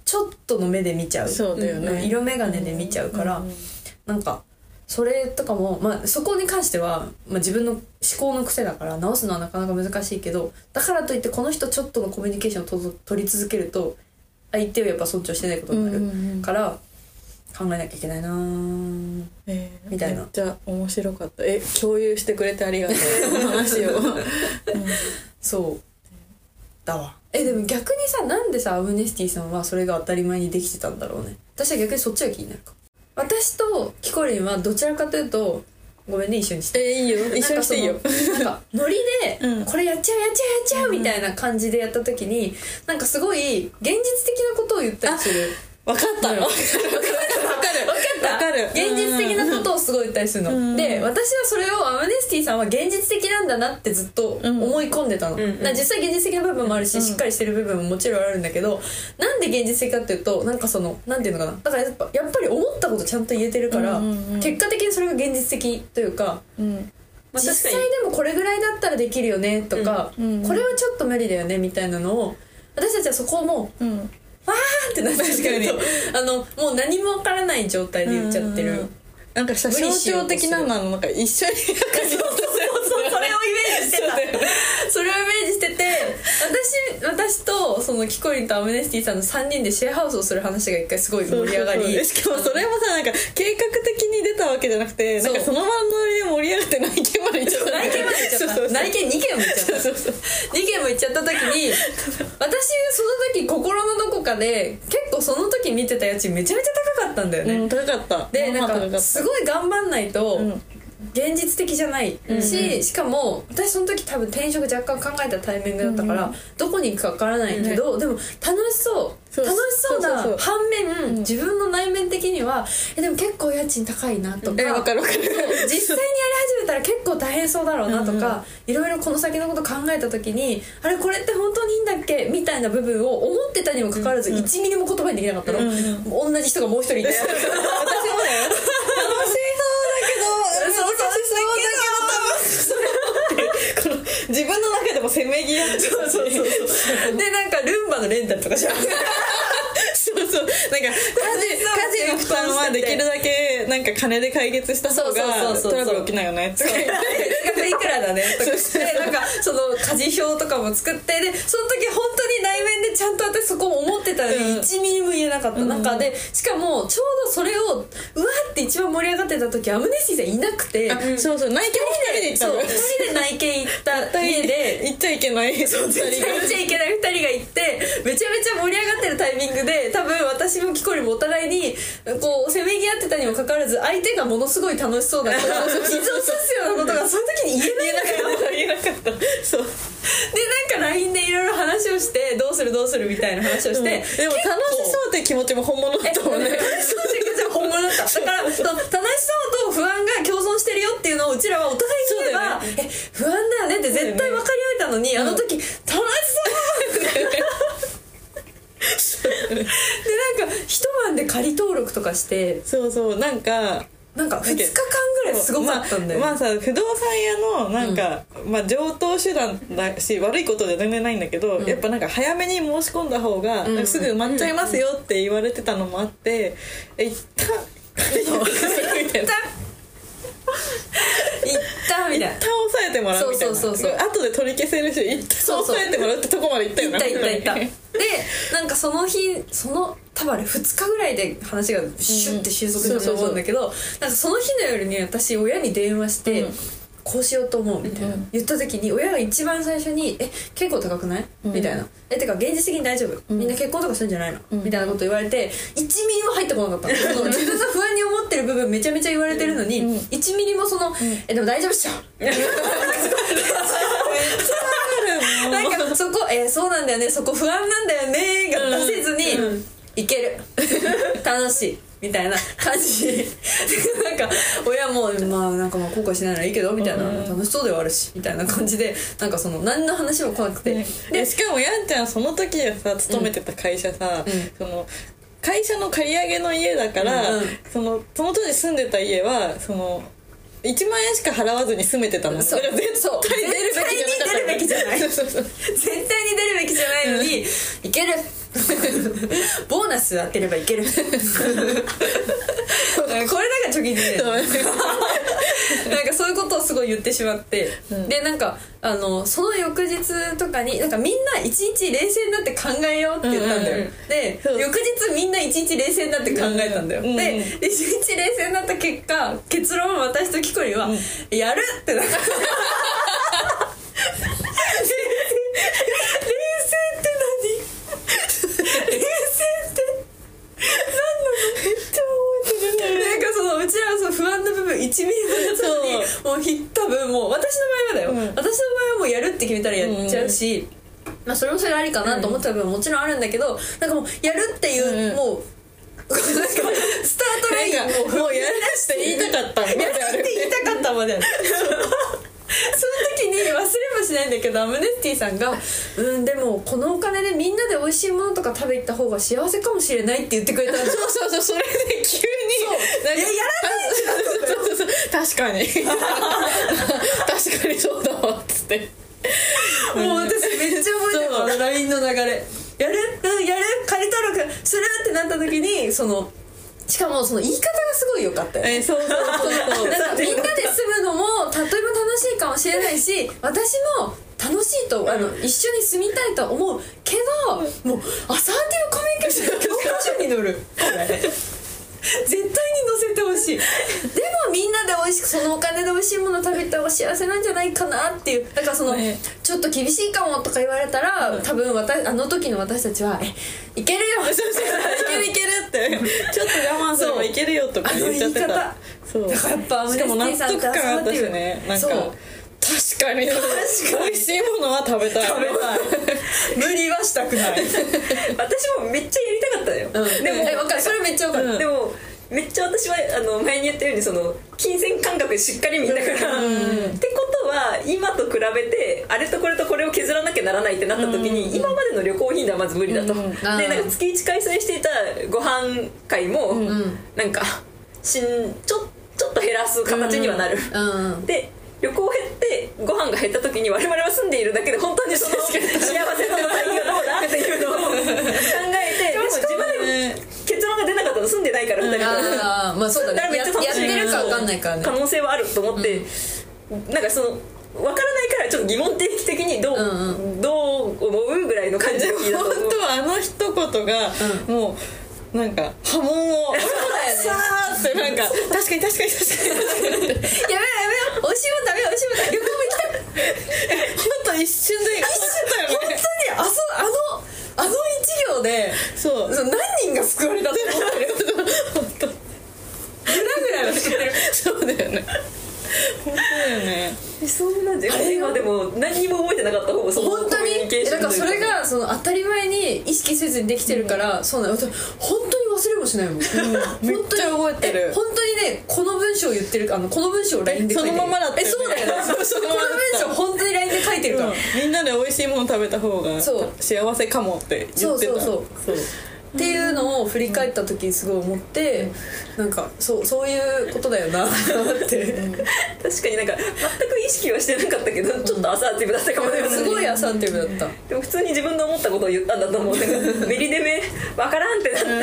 ちょっとの目で見ちゃう。 そうだよね、 うん、色眼鏡で見ちゃうから、うんうん、なんかそれとかも、まあ、そこに関しては、まあ、自分の思考の癖だから直すのはなかなか難しいけど、だからといってこの人ちょっとのコミュニケーションをと取り続けると相手をやっぱ尊重してないことになる、うんうん、から考えなきゃいけないな、えー、みたいな。 めっちゃ面白かった。え共有してくれてありがとう話を、うん、 そうだわ。えでも逆にさ、なんでさアムネスティさんはそれが当たり前にできてたんだろうね。私は逆にそっちが気になるか。私とキコリンはどちらかというと、ごめんね一緒にして、 えー、いいよ一緒にしていいよ。 なんかノリで、うん、これやっちゃうやっちゃうやっちゃうみたいな感じでやった時に、なんかすごい現実的なことを言ったりする。 分かったの分かる分かった現実的なことをすごい言ったりするの、うん、で私はそれをアムネスティさんは現実的なんだなってずっと思い込んでたの、うん、実際現実的な部分もあるし、うん、しっかりしてる部分ももちろんあるんだけど、なんで現実的かっていうと、なんかそのなんていうのかな、だからやっぱやっぱり思ったことちゃんと言えてるから、うんうんうん、結果的にそれが現実的というか、うんまあ、実際でもこれぐらいだったらできるよねとか、うんうんうん、これはちょっと無理だよねみたいなのを私たちはそこも、うん、わーってなってるけどあのもう何も分からない状態で言っちゃってる、うんうん、 なんかさ象徴的なのなんか一緒にそうそうそうそれをイメージしてたそれをイメージしてて、私私とそのキコリンとアムネスティさんのさんにんでシェアハウスをする話が一回すごい盛り上がり、そうそうそう、 しかもそれもさなんか計画的に出たわけじゃなくて、なんかその場ので盛り上がって内見まで行っちゃった内見まで行っちゃった内見にけんも行っちゃったそうそうそうにけんも行っちゃった時に私その時心のどこかで結構その時見てた家賃めちゃめちゃ高かったんだよね、 うん、高かったでなんかすごい頑張んないと、うん現実的じゃないし、うんうん、しかも私その時多分転職若干考えたタイミングだったから、うんうん、どこに行くか分からないけど、うん、でも楽しそう楽しそうな反面、うん、自分の内面的にはえでも結構家賃高いなとか、 え分かる分かる実際にやり始めたら結構大変そうだろうなとか、うんうん、いろいろこの先のこと考えた時にあれこれって本当にいいんだっけみたいな部分を思ってたにもかかわらず、うんうん、いちミリも言葉にできなかったの、うんうん、同じ人がもう一人いて私もだよ楽し自分の中でもせめぎ合ってそうそうそうそうでなんかルンバのレンタルとかしゃそうそうなんか家事家事の負担はできるだけなんか金で解決した方がトラブル起きないよねとかいくらだねとかしてなんかその家事表とかも作ってでその時本当に内面でちゃんと私そこも思ってたのにいちミリも言えなかった中で、しかもちょうどそれをうわって一番盛り上がってた時アムネスティさんいなくて、 うん、そうそう内見もふたりで行ったのふたりで内見行った家で行っちゃいけないそう行っちゃいけないふたりが行ってめちゃめちゃ盛り上がってるタイミングで多分私もキコリもお互いにこうせめぎ合ってたにもかかわらず相手がものすごい楽しそうだから傷を刺すようなことがその時に言えない言えなかったそうでなんか ライン でいろいろ話をしてどうするどうするみたいな話をして、うん、でも楽しそうって気持ちも本物だったもんね楽しそうって気持ちも本物だっただから楽しそうと不安が共存してるよっていうのをうちらはお互いに言えば、ね、え不安だよねって絶対分かり合えたのに、うん、あの時楽しそうでなんか一晩で仮登録とかしてそうそうなんかなんかふつかかんぐらいすごかったんだよ、 まあ、まあさ不動産屋のなんか、うん、まあ常套手段だし悪いことじゃ全然ないんだけど、うん、やっぱなんか早めに申し込んだ方が、うん、なんかすぐ埋まっちゃいますよって言われてたのもあって、うん、一旦一旦一旦みたいな一旦抑えてもらうみたいなそうそうそうそう後で取り消せるし一旦抑えてもらうってとこまで行ったよね行った行った行ったでなんかその日その多分あれふつかぐらいで話がシュッて収束したと思うんだけど、うん、なんかその日の夜に私親に電話して、うん、こうしようと思うみたいな、うん、言った時に親が一番最初にえ結構高くない、うん、みたいなえてか現実的に大丈夫、うん、みんな結婚とかするんじゃないの、うん、みたいなこと言われていちミリも入ってこなかったのその自分が不安に思ってる部分めちゃめちゃ言われてるのに、うん、いちミリもその、うん、えでも大丈夫っしょなんかそこえそうなんだよねそこ不安なんだよねが出せずに、うん、いける楽しいみたいな感じなんか親もまあなんかまあ後悔しないならいいけどみたいな、うん、楽しそうではあるしみたいな感じでなんかその何の話も来なくて、 でしかもやんちゃんその時さ勤めてた会社さ、うん、その会社の借り上げの家だから、うん、そのその当時住んでた家はそのいちまんえんしか払わずに住めてたもん。 そうだから絶対出るべきじゃなかった。 絶対に出るべきじゃない。 そうそうそう絶対に出るべきじゃないのに、いけるボーナス当てればいけるこれだから貯金でねなんかそういうことをすごい言ってしまって、うん、でなんかあのその翌日とかになんかみんな一日冷静になって考えようって言ったんだよ、うんうんうん、で翌日みんな一日冷静になって考えたんだよ、うんうん、で一日冷静になった結果結論は私とキコリは、うん、やるってなったいちミリのやつにもうひ多分もう私の場合はだよ、うん、私の場合はもうやるって決めたらやっちゃうし、うんまあ、それもそれありかなと思った部分ももちろんあるんだけど、なんかもうやるっていう、うん、もうなんかスタートラインがもうもうやるって言いたかったやるって言いたかったまであるその時に忘れもしないんだけどアムネスティさんがうんでもこのお金でみんなで美味しいものとか食べ行った方が幸せかもしれないって言ってくれたんですそうそうそうそれで急になんかやらないそうそうそう確かに確かにそうだわっつってもう私めっちゃ覚えてるわ ライン の流れやるうんやる仮登録するってなった時にそのしかもその言い方がすごい良かったよ、 えー、そうそうそうそうなんかみんなで住むのもとても楽しいかもしれないし私も楽しいとあの、うん、一緒に住みたいと思うけどもうアサーティブコミュニケーションの教科書に載る絶対に載せてほしいでもみんなで美味しくそのお金で美味しいもの食べた方が幸せなんじゃないかなっていうだからその、ね、ちょっと厳しいかもとか言われたら、うん、多分私あの時の私たちはえいけるよいけるいけるってちょっと我慢すればいけるよとか言っちゃってたそうだからやっぱアムネスティさんって納得感あったしねなんか確かに確かに美味しいものは食べたい食べたい無理はしたくない私もめっちゃやりたかったよ、 うん、でもえ分かるそれめっちゃ分かる、 うん、でもめっちゃ私はあの前に言ったようにその金銭感覚しっかり見たから、うん、ってことは今と比べてあれとこれとこれを削らなきゃならないってなった時に、うん、今までの旅行費ではまず無理だと、うん、でなんか月いち開催していたご飯会も、うん、なんかしんちょ、ちょっと減らす形にはなる、うん、で旅行減ってご飯が減った時に我々は住んでいるだけで本当にその幸せのラインがどうだっていうのを考えてでも自分で結論が出なかったの住んでないからふたりともあまあそうだねやってるか分かんないからね可能性はあると思って、うん、なんかその分からないからちょっと疑問定期的にどう、うんうん、どう思うぐらいの感じで聞いたと思う本当はあの一言が、うん、もうなんか波紋をさーってなんか確かに確かに確かにやめようやめよう美味しいもん食べよう美味しいもん食べよう旅行も行きたい本当一瞬で一瞬本当にあそあのあの一行でそうそう何人が救われたと思ってる本当グラグラは知ってるそうだよね本当だよねそうなんじゃ今でも何にも覚えてなかった方がその本当にだからそれがその当たり前に意識せずにできてるから、うん、そうなの本当に忘れもしないもん、うん、 めっちゃ覚えてる本当にねこの文章を言ってるあのこの文章を ライン で書いてるそのままだったよ、ね、 えそうだよねこの文章本当に ライン で書いてるから、うん、 みんなで美味しいもの食べた方が幸せかもって言ってたそうそうそうそうっていうのを振り返った時にすごい思って、うん、なんかそうそういうことだよなって、うん、 確かになんか全く意識はしてなかったけど、うん、ちょっとアサーティブだったかもしれない、 すごいアサーティブだった、 でも普通に自分の思ったことを言ったんだと思うなんかメリデメ分からんってなって、うん、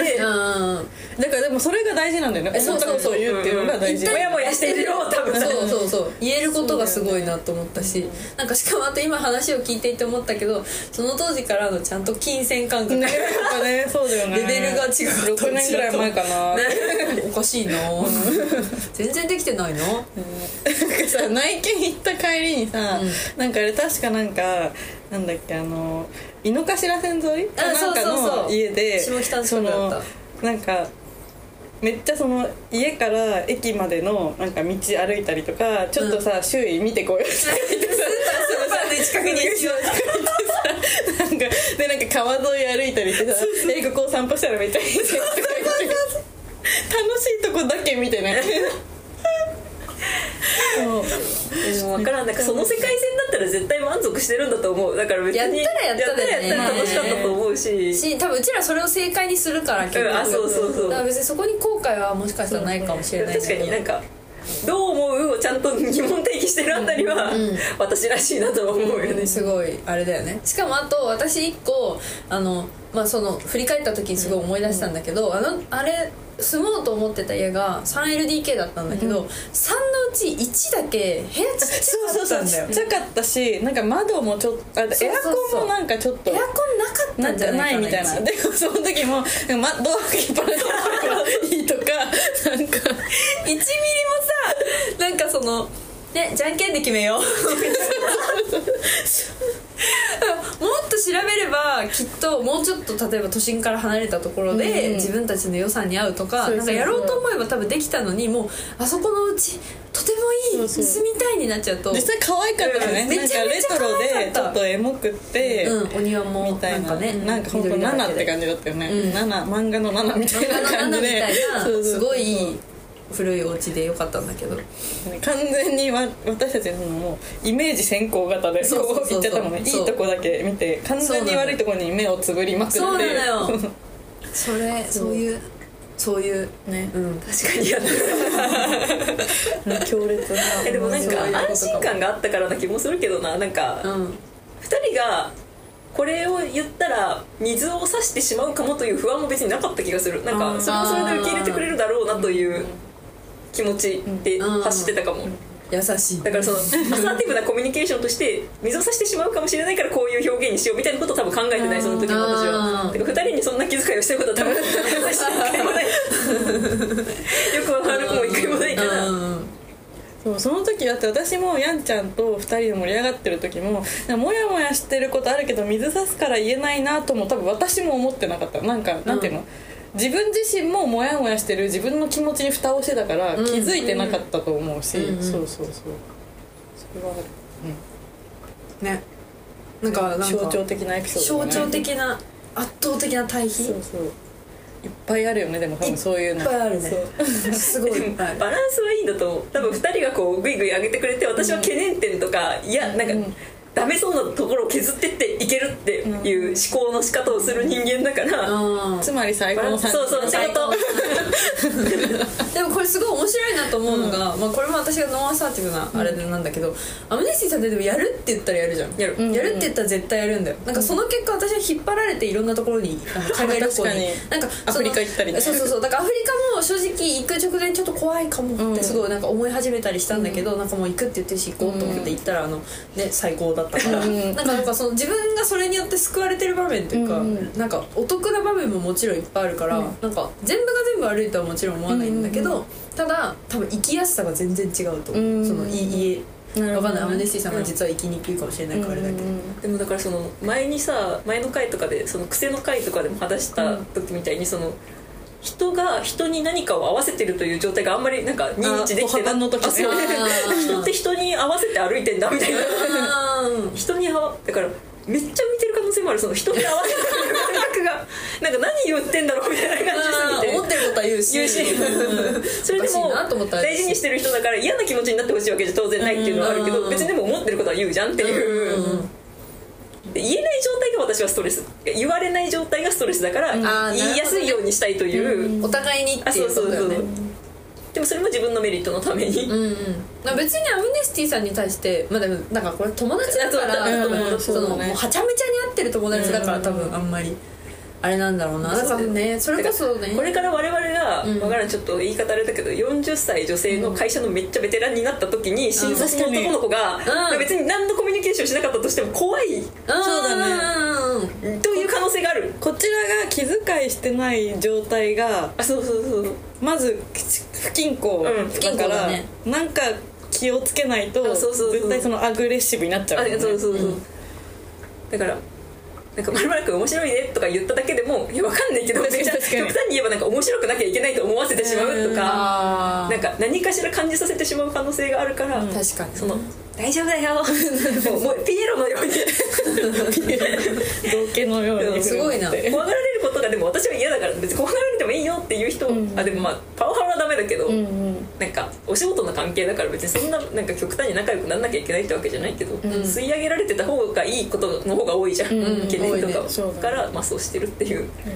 だからでもそれが大事なんだよね思ったことを言うっていうのが大事、 もやもやしてるよ多分そうそうそう言えることがすごいなと思ったし、ね、なんかしかもあと今話を聞いていて思ったけどその当時からのちゃんと金銭感覚ねそうだよねレベルが違うろくねんぐらい前かな、ね、 おかしいな全然できてないの、うん、なんかさ内見行った帰りにさ、うん、なんかあれ確かなんかなんだっけあの井の頭線沿いかなんかの家で下北の近くだったそのなんかめっちゃその家から駅までのなんか道歩いたりとかちょっとさ、うん、周囲見てこうよってスーパーの近くになんかでなんか川沿い歩いたりしてさ英語こう散歩したらめっちゃいい楽しいとこだけ見てねでも分からんなんかその世界線だったら絶対満足してるんだと思うだから別にやったらやったらやったら楽しかったと思うしし多分うちらそれを正解にするから結局、うん、あそうそうそうだから別にそこに後悔はもしかしたらないかもしれない、 確かになんかどう思うをちゃんと疑問提起してるあたりは、うんうん、私らしいなとは思うよね、 うん、すごいあれだよね。しかもあと私一個あの、まあ、その振り返った時にすごい思い出したんだけど、うん、あのあれ住もうと思ってた家が スリーエルディーケー だったんだけど、うん、さんのうちいちだけ部屋ちっちゃかったんだよ。 ちっちゃかったし、なんか窓もちょっと、あ、エアコンもなんかちょっとエアコンなかったんじゃないかなみたいな。でもその時も、ま、ドア開けっぱなしでいいとか、なんかいちミリもさ、 なんかそのね、じゃんけんで決めようもっと調べればきっともうちょっと例えば都心から離れたところで、うんうん、自分たちの予算に合うとか、なんかやろうと思えば多分できたのに、もうあそこのうちとてもいい、住みたいになっちゃうと、 実際可愛かったよね、うん、めちゃめちゃ可愛かった。なんかレトロでちょっとエモくって、 うん、お庭もみたいな、 なんかね、 なんかほんとななって感じだったよね、うん、なな漫画のななみたいな感じで、 すごい古いお家でよかったんだけど、 完全にわ私たちのもうイメージ先行型でこう言ってたもんね。いいとこだけ見て完全に悪いところに目をつぶりまくって、 そうなんだよそれそういうそういうね、 うん、確かにやだ強烈なえでもなんか安心感があったからな気もするけどな。なんか、うん、ふたりがこれを言ったら水を差してしまうかもという不安も別になかった気がする。なんかそれはそれで受け入れてくれるだろうなという気持ちで走ってたかも、うん、 優しい。 だからそのアサーティブなコミュニケーションとして水を差してしまうかもしれないからこういう表現にしようみたいなことを多分考えてない、その時の私は。てかふたりにそんな気遣いをしてることは多分よくわかるもう一回もないから。 そうその時だって私もやんちゃんとふたりで盛り上がってる時もモヤモヤしてることあるけど水差すから言えないなとも多分私も思ってなかった。なんかなんていうの、うん、自分自身もモヤモヤしてる自分の気持ちに蓋をしてたから気づいてなかったと思うし、うんうん、そうそうそう、それはある、 うん、ね、なんかなんか象徴的なエピソードだね。 象徴的な圧倒的な対比。 そうそういっぱいあるよね。でも多分そういうのいっぱいあるねすごいバランスはいいんだと思う。多分ふたりがこうグイグイ上げてくれて、私は懸念点とか、いやなんか、うんダメそうなところを削ってっていけるっていう思考の仕方をする人間だから、うん、 つまり最高のそうそう最高でもこれすごい面白いなと思うのが、うんまあ、これも私がノンアサーティブなあれなんだけど、うん、アムネスティさんってでもやるって言ったらやるじゃん。やる、うんうん、やるって言ったら絶対やるんだよ。なんかその結果私は引っ張られていろんなところに海外旅行になんかアフリカ行ったりね。 そうそうそう、だからアフリカも正直行く直前ちょっと怖いかもってすごいなんか思い始めたりしたんだけど、うん、なんかもう行くって言ってるし行こうと思って行ったらあの、ね、最高だったから、うん、なんかなんかその自分がそれによって救われてる場面っていうか、うん、なんかお得な場面ももちろんいっぱいあるから、うん、なんか全部が全部悪いとはもちろん思わないんだけど、うん、ただ多分生きやすさが全然違うと思う、うん、その家わかんない、アムネスティさんが実は生きにくいかもしれないからあれだけど、うん、 でもだからその前にさ前の回とかでその癖の回とかでも話した時みたいに、その人が人に何かを合わせてるという状態があんまりなんか認知できてない。人って人に合わせて歩いてんだみたいな人に合わだからめっちゃ見てる可能性もある。その人に合わせてる感覚がなんか何言ってんだろうみたいな感じすぎて思ってることは言うし言うしそれでも大事にしてる人だから嫌な気持ちになってほしいわけじゃ当然ないっていうのはあるけど、別にでも思ってることは言うじゃんっていう。で言えない状態が私はストレス、言われない状態がストレスだから、うん、言いやすいようにしたいという、 うん、お互いにっていうことだよね。 でもそれも自分のメリットのために、うんうん、 別にアムネスティさんに対して、まあ、でもなんかこれ友達だから、うん、そのもうはちゃめちゃに会ってる友達だから多分あんまりあれなんだろうな。だからね、それこそね、 これから我々が、うん、分からんちょっと言い方あれだけどよんじゅっさい女性の会社のめっちゃベテランになった時に、うん、新卒の男の子が、うん、別に何のコミュニケーションしなかったとしても怖い、うん、 そうだねという可能性がある。 こちらが気遣いしてない状態があそうそうそうまず不均衡だから、うんね、なんか気をつけないとそうそうそう絶対そのアグレッシブになっちゃう、ね、 あそうそうそう、うん、だからなんか丸々くん面白いねとか言っただけでもいや分かんないけど、めっちゃ極端に言えばなんか面白くなきゃいけないと思わせてしまうとか、なんか何かしら感じさせてしまう可能性があるから、うん、 確かにその大丈夫だよもうもうピエロのように道化のようにすごいな。 怖がられることがでも私は嫌だから別に怖がられてもいいよっていう人、うん、あでもまあパワハラはダメだけど、うんうん、なんかお仕事の関係だから別にそんななんか極端に仲良くならなきゃいけないってわけじゃないけど、うん、吸い上げられてた方がいいことの方が多いじゃん、うん、懸念とか、ね、から、まあ、そうしてるっていう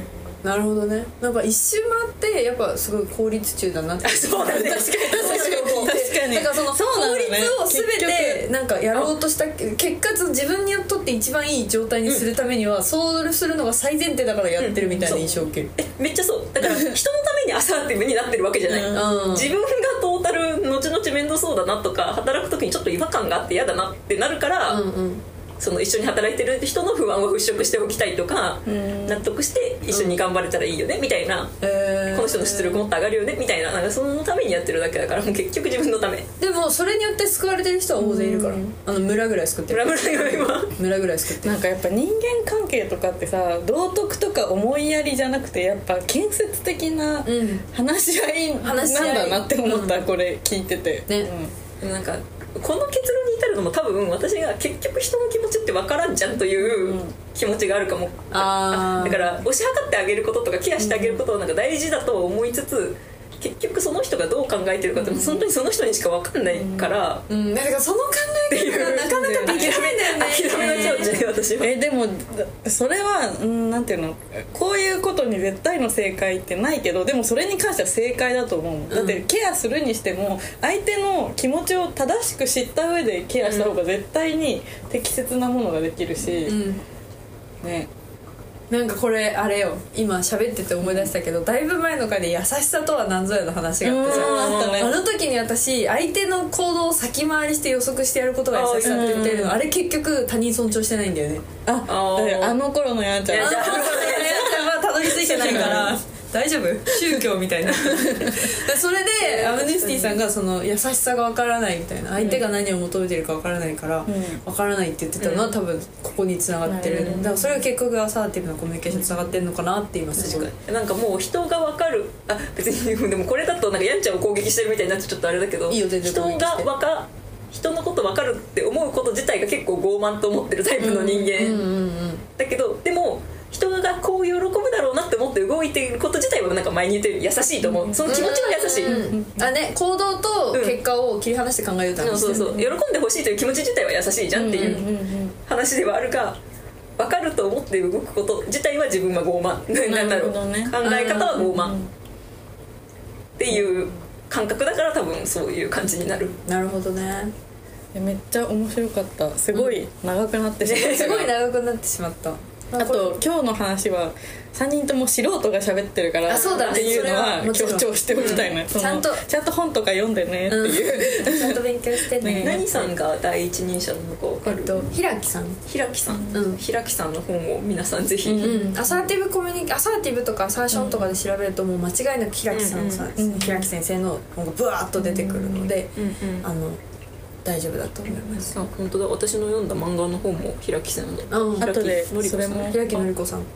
なるほどね。なんか一周回ってやっぱすごい効率中だなってそうだね確かに確かにだからそのそうなん効だね率を全てなんかやろうとした結果自分にとって一番いい状態にするためには、うん、そうするのが最前提だからやってるみたいな印象を受ける、 うん、えめっちゃそうだから人のためにアサーティブになってるわけじゃない、うん、自分がトータル後々面倒そうだなとか働く時にちょっと違和感があって嫌だなってなるから、うんうん、その一緒に働いてる人の不安を払拭しておきたいとか、うん、納得して一緒に頑張れたらいいよねみたいな、うん、この人の出力もっと上がるよねみたいな、なんかそのためにやってるだけだからもう結局自分のため。 でもそれによって救われてる人は大勢いるから、うん、あの村ぐらい救ってる村ぐらい今村ぐらい救ってる。 なんかやっぱ人間関係とかってさ道徳とか思いやりじゃなくてやっぱ建設的な話し合いなんだなって思った、うん、これ聞いててね、 うん、なんかこの結論に至るのも多分私が結局人の気持ちって分からんじゃんという気持ちがあるかも、うん、あだから推し量ってあげることとかケアしてあげることはなんか大事だとは思いつつ、結局その人がどう考えてるかって本当にその人にしか分かんないから、 うんうん、だからその考え方がなかなかできないんだよね。 諦めの境地で私は。 えでもそれは、うん、なんていうのこういうことに絶対の正解ってないけど、でもそれに関しては正解だと思う、うん、だってケアするにしても相手の気持ちを正しく知った上でケアした方が絶対に適切なものができるし、うん、ね。 なんかこれあれよ今喋ってて思い出したけど、だいぶ前の回で優しさとは何ぞやの話があったじゃん。あったね。あの時に私相手の行動を先回りして予測してやることが優しさって言ってるの、あれ結局他人尊重してないんだよね。 あああの頃のやんちゃんあの頃のやんちゃんはたどり着いてないから大丈夫宗教みたいなそれでアムネスティさんがその優しさが分からないみたいな、相手が何を求めてるか分からないから分からないって言ってたのは多分ここに繋がってる、だからそれが結局アサーティブなコミュニケーションに繋がってるのかなって言いますね。 なんかもう人が分かる、あ別にでもこれだとなんかやんちゃんを攻撃してるみたいになってちょっとあれだけど、 いいよ全然人が分か人のこと分かるって思うこと自体が結構傲慢と思ってるタイプの人間だけど、でも人がこう喜ぶだろうなって思って動いていること自体はなんか前に言ったように優しいと思う、その気持ちは優しい、 うんうん、あね、行動と結果を切り離して考えるために、 うん、そうそうそう、喜んでほしいという気持ち自体は優しいじゃんっていう話ではあるが、分かると思って動くこと自体は自分は傲慢なんだろう、ね、考え方は傲慢っていう感覚だから多分そういう感じになる。 なるほどね。 めっちゃ面白かった。すごい長くなってしまった、うん、 すごい長くなってしまった。 あと今日の話はさんにんとも素人が喋ってるからっていうのは強調しておきたいな、うん、ちゃんとちゃんと本とか読んでねっていう、 うん、ちゃんと勉強してね。ね、 何さんが第一人者なのか分かる？ えっと、平木さん平木さん、うん、平木さんの本を皆さんぜひ、 うんうん、アサーティブコミュニアサーティブとかアサーションとかで調べるともう間違いなく平木さんさ、うんうん、平木先生の本がブワーッと出てくるので、うんうん、あの大丈夫だと思います。 あ、本当だ。私の読んだ漫画の本も平木さんで、 うん、 後でそれも平木のりこさん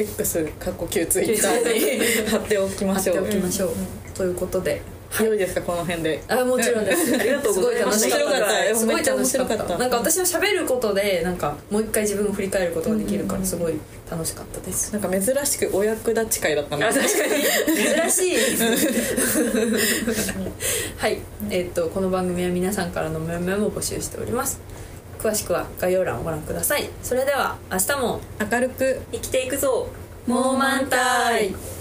X かっこ旧ツイッターに貼っておきましょう。 貼っておきましょう、うん、ということで良いですかこの辺で。 あ、もちろんです。 ありがとうございます。 すごい楽しかった。すごい楽しかった。 ったなんか私は喋ることでなんかもう一回自分を振り返ることができるからすごい楽しかったです。 なんか珍しくお役立ち会だったね。 あ、確かに珍しいはい、えー、っとこの番組は皆さんからのメモも募集しております。詳しくは概要欄をご覧ください。それでは明日も明るく生きていくぞ。 モーマンタイ。